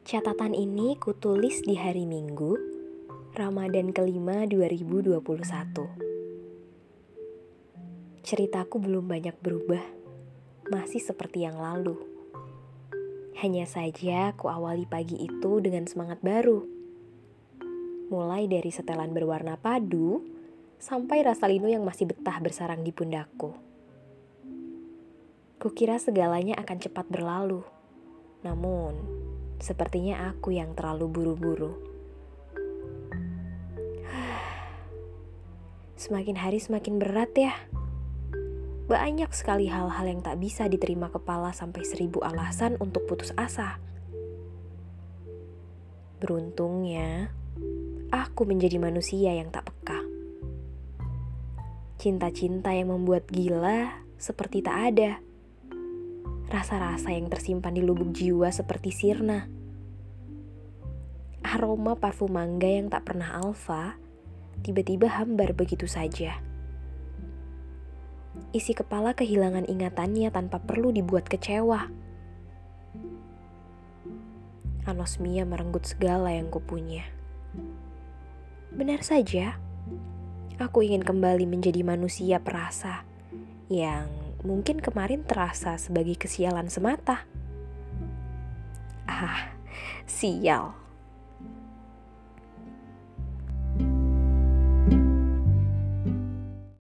Catatan ini kutulis di hari Minggu, Ramadan kelima 2021. Ceritaku belum banyak berubah, masih seperti yang lalu. Hanya saja ku awali pagi itu dengan semangat baru. Mulai dari setelan berwarna padu, sampai rasa linu yang masih betah bersarang di pundakku. Kukira segalanya akan cepat berlalu. Namun, sepertinya aku yang terlalu buru-buru. Semakin hari semakin berat ya. Banyak sekali hal-hal yang tak bisa diterima kepala sampai 1000 alasan untuk putus asa. Beruntungnya, aku menjadi manusia yang tak peka. Cinta-cinta yang membuat gila seperti tak ada. Rasa-rasa yang tersimpan di lubuk jiwa seperti sirna. Aroma parfum mangga yang tak pernah alfa, tiba-tiba hambar begitu saja. Isi kepala kehilangan ingatannya tanpa perlu dibuat kecewa. Anosmia merenggut segala yang kupunya. Benar saja, aku ingin kembali menjadi manusia perasa yang mungkin kemarin terasa sebagai kesialan semata. Sial.